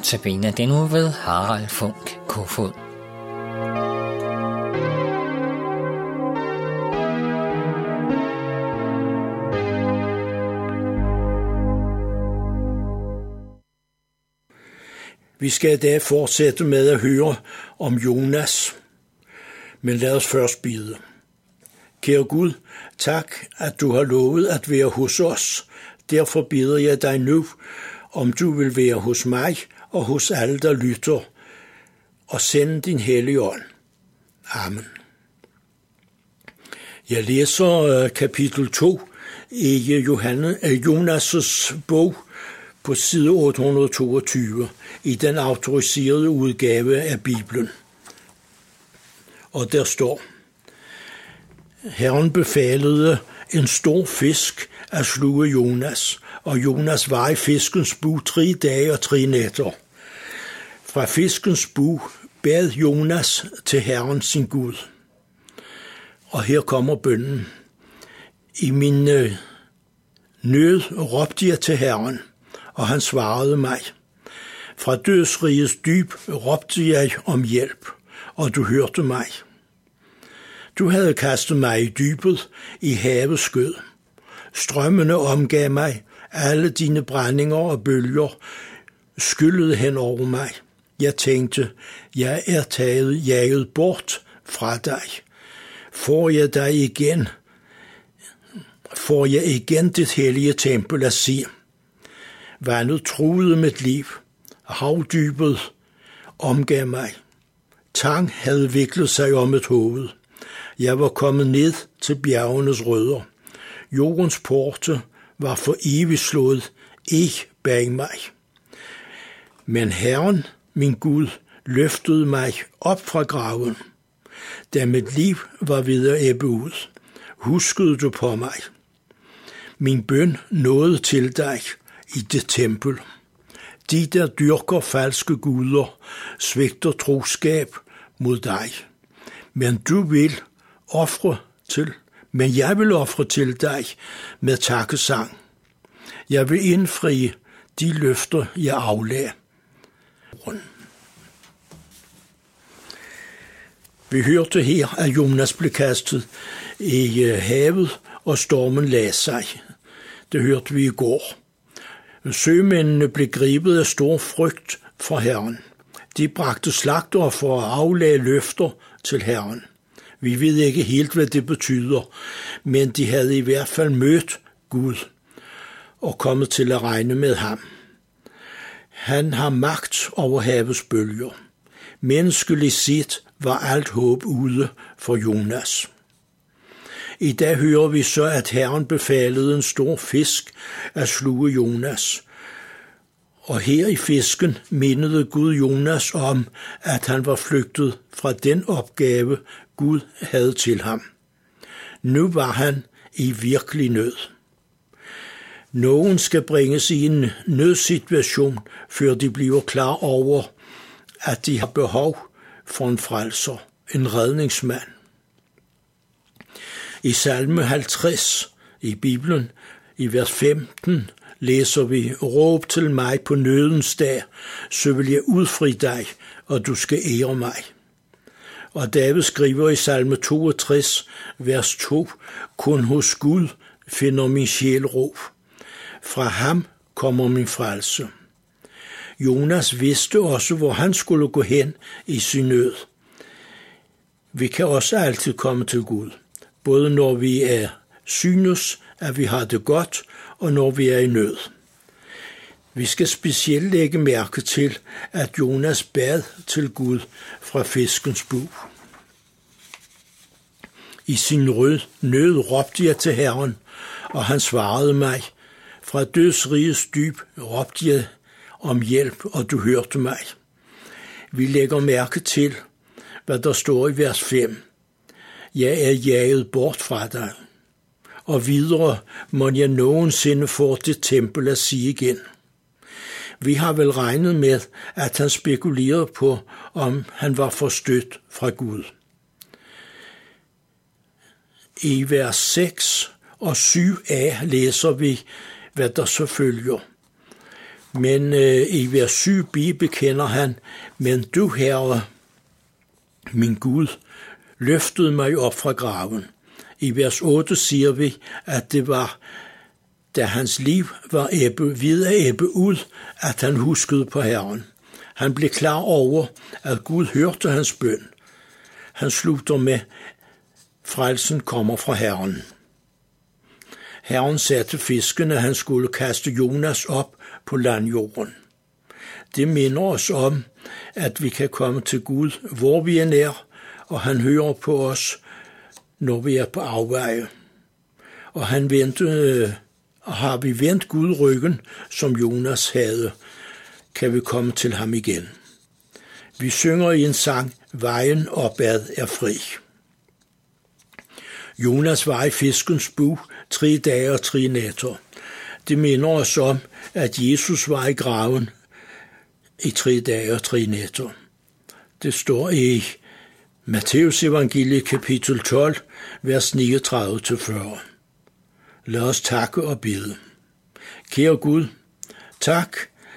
Notabene den uge ved Harald Funk Kofod. Vi skal i dag fortsætte med at høre om Jonas, men lad os først bede. Kære Gud, tak, at du har lovet at være hos os. Derfor beder jeg dig nu, om du vil være hos mig og hos alle, der lytter, og sende din hellige ånd. Amen. Jeg læser kapitel 2 i Jonas' bog på side 822 i den autoriserede udgave af Bibelen. Og der står: Herren befalede en stor fisk at sluge Jonas, og Jonas var i fiskens bug 3 dage og 3 nætter. Fra fiskens bug bad Jonas til Herren sin Gud. Og her kommer bønnen. I min nød råbte jeg til Herren, og han svarede mig. Fra dødsrigets dyb råbte jeg om hjælp, og du hørte mig. Du havde kastet mig i dybet, i havets skød. Strømmene omgav mig, alle dine brændinger og bølger skyllede hen over mig. Jeg tænkte, jeg er jaget bort fra dig. Får jeg igen dit hellige tempel at se. Vandet truede mit liv. Havdybet omgav mig. Tang havde viklet sig om et hoved. Jeg var kommet ned til bjergenes rødder. Jordens porte var for evigt slået bag mig. Men Herren, min Gud, løftede mig op fra graven. Da mit liv var ved at ebbe ud, huskede du på mig. Min bøn nåede til dig i det tempel. De, der dyrker falske guder, svigter troskab mod dig. Men jeg vil ofre til dig med takkesang. Jeg vil indfri de løfter, jeg aflagde. Vi hørte her, at Jonas blev kastet i havet, og stormen lagde sig. Det hørte vi i går. Sømændene blev grebet af stor frygt for Herren. De bragte slagter for at aflage løfter til Herren. Vi ved ikke helt, hvad det betyder, men de havde i hvert fald mødt Gud og kommet til at regne med ham. Han har magt over havets bølger. Menneskeligt set var alt håb ude for Jonas. I dag hører vi så, at Herren befalede en stor fisk at sluge Jonas. Og her i fisken mindede Gud Jonas om, at han var flygtet fra den opgave, Gud havde til ham. Nu var han i virkelig nød. Nogen skal bringes i en nødsituation, før de bliver klar over, at de har behov for en frelser, en redningsmand. I salme 50 i Bibelen, i vers 15, læser vi: Råb til mig på nødens dag, så vil jeg udfri dig, og du skal ære mig. Og David skriver i salme 62, vers 2, kun hos Gud finder min sjæl ro. Fra ham kommer min frelse. Jonas vidste også, hvor han skulle gå hen i sin nød. Vi kan også altid komme til Gud, både når vi synes, at vi har det godt, og når vi er i nød. Vi skal specielt lægge mærke til, at Jonas bad til Gud fra fiskens bug. I sin nød råbte jeg til Herren, og han svarede mig. Fra dødsrigets dyb råbte jeg om hjælp, og du hørte mig. Vi lægger mærke til, hvad der står i vers 5. Jeg er jaget bort fra dig. Og videre må jeg nogensinde få det tempel at sige igen. Vi har vel regnet med, at han spekulerede på, om han var forstødt fra Gud. I vers 6 og 7a læser vi, hvad der så følger. Men i vers 7b bekender han, men du, Herre, min Gud, løftede mig op fra graven. I vers 8 siger vi, at det var, da hans liv var ved at ebbe ud, at han huskede på Herren. Han blev klar over, at Gud hørte hans bøn. Han slutter med, frelsen kommer fra Herren. Herren sagde til fisken, at han skulle kaste Jonas op på landjorden. Det minder os om, at vi kan komme til Gud, hvor vi end er, og han hører på os, når vi er på afveje. Og har vi vendt Gud ryggen, som Jonas havde, kan vi komme til ham igen. Vi synger i en sang, vejen opad er fri. Jonas var i fiskens bug 3 dage og 3 nætter. Det minder os om, at Jesus var i graven i 3 dage og 3 nætter. Det står i Matteus evangeliet kapitel 12, vers 39-40. Lad os takke og bede. Kære Gud, tak,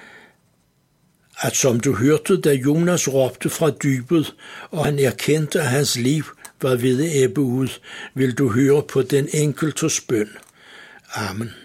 at som du hørte, da Jonas råbte fra dybet, og han erkendte, at hans liv var ved at ebbe ud, vil du høre på den enkeltes bøn. Amen.